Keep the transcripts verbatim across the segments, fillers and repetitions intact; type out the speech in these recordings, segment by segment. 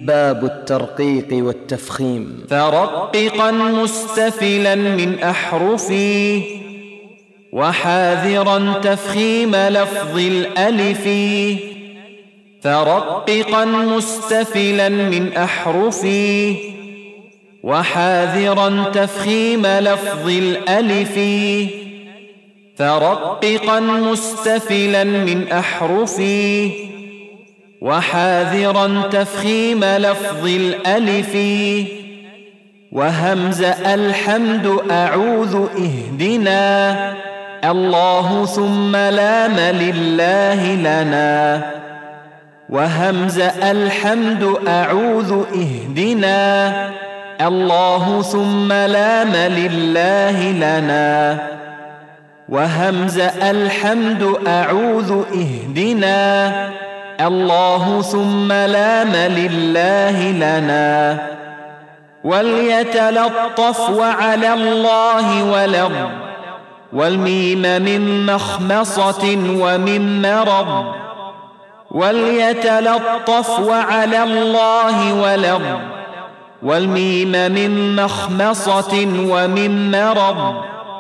باب الترقيق والتفخيم. فرققا مستفلا من أحرفي وحاذرا تفخيم لفظ الألف. فرققا مستفلا من أحرفي وحاذرا تفخيم لفظ الألف. فرققا مستفلا من أحرفي وحاذرا تفخيم لفظ الألف. وهمز الحمد أعوذ اهدنا الله ثم لام لله لنا. وهمز الحمد أعوذ اهدنا الله ثم لام لله لنا. وهمز الحمد أعوذ اهدنا الله ثم لام لله لنا. وليتلطف وعلى الله ولغ والميم من مخمصة ومن مرض. وليتلطف وعلى الله ولغ والميم من مخمصة ومن مرض.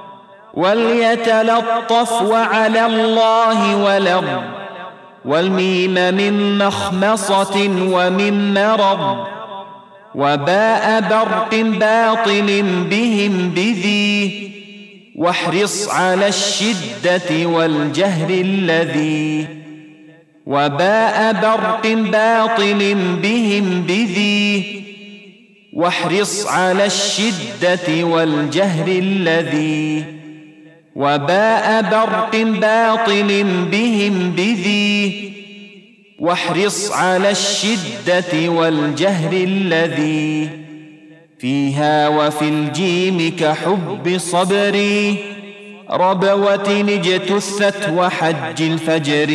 وليتلطف وعلى الله ولغ والميم من مخمصة ومن مرض. وباء برق باطل بهم بذي واحرص على الشدة والجهر الذي. وباء برق باطل بهم بذي واحرص على الشدة والجهر الذي. وباء برق باطل بهم بذي واحرص على الشدة والجهر الذي. فيها وفي الجيم كحب صبري ربوة اجتثت وحج الفجر.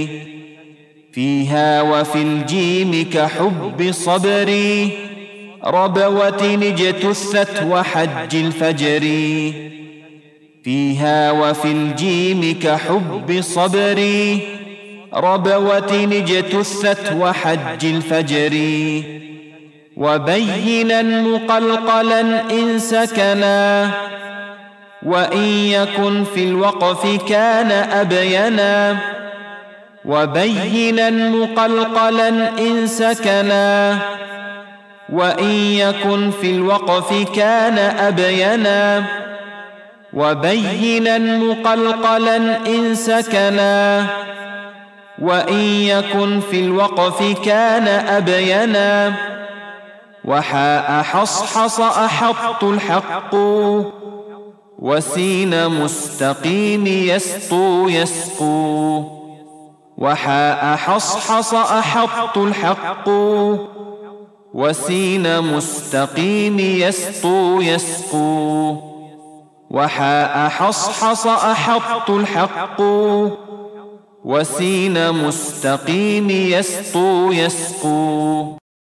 فيها وفي الجيم كحب صبري ربوة اجتثت وحج الفجر. فيها وفي الجيم كحب صبري ربوة اجتثت وحج الفجر. وبينا مقلقلا إن سكنا وإن يكن في الوقف كان أبينا. وبينا مقلقلا إن سكنا وإن يكن في الوقف كان أبينا. وبينا مقلقلا إن سكنا وإن يكن في الوقف كان أبينا. وحاء حصحص أحط الحق وسين مستقيم يسطو يسقو. وحاء حصحص أحط الحق وسين مستقيم يسطو يسقو. وحاء حصحص أحط الحق وسين مستقيم يسطو يسقو.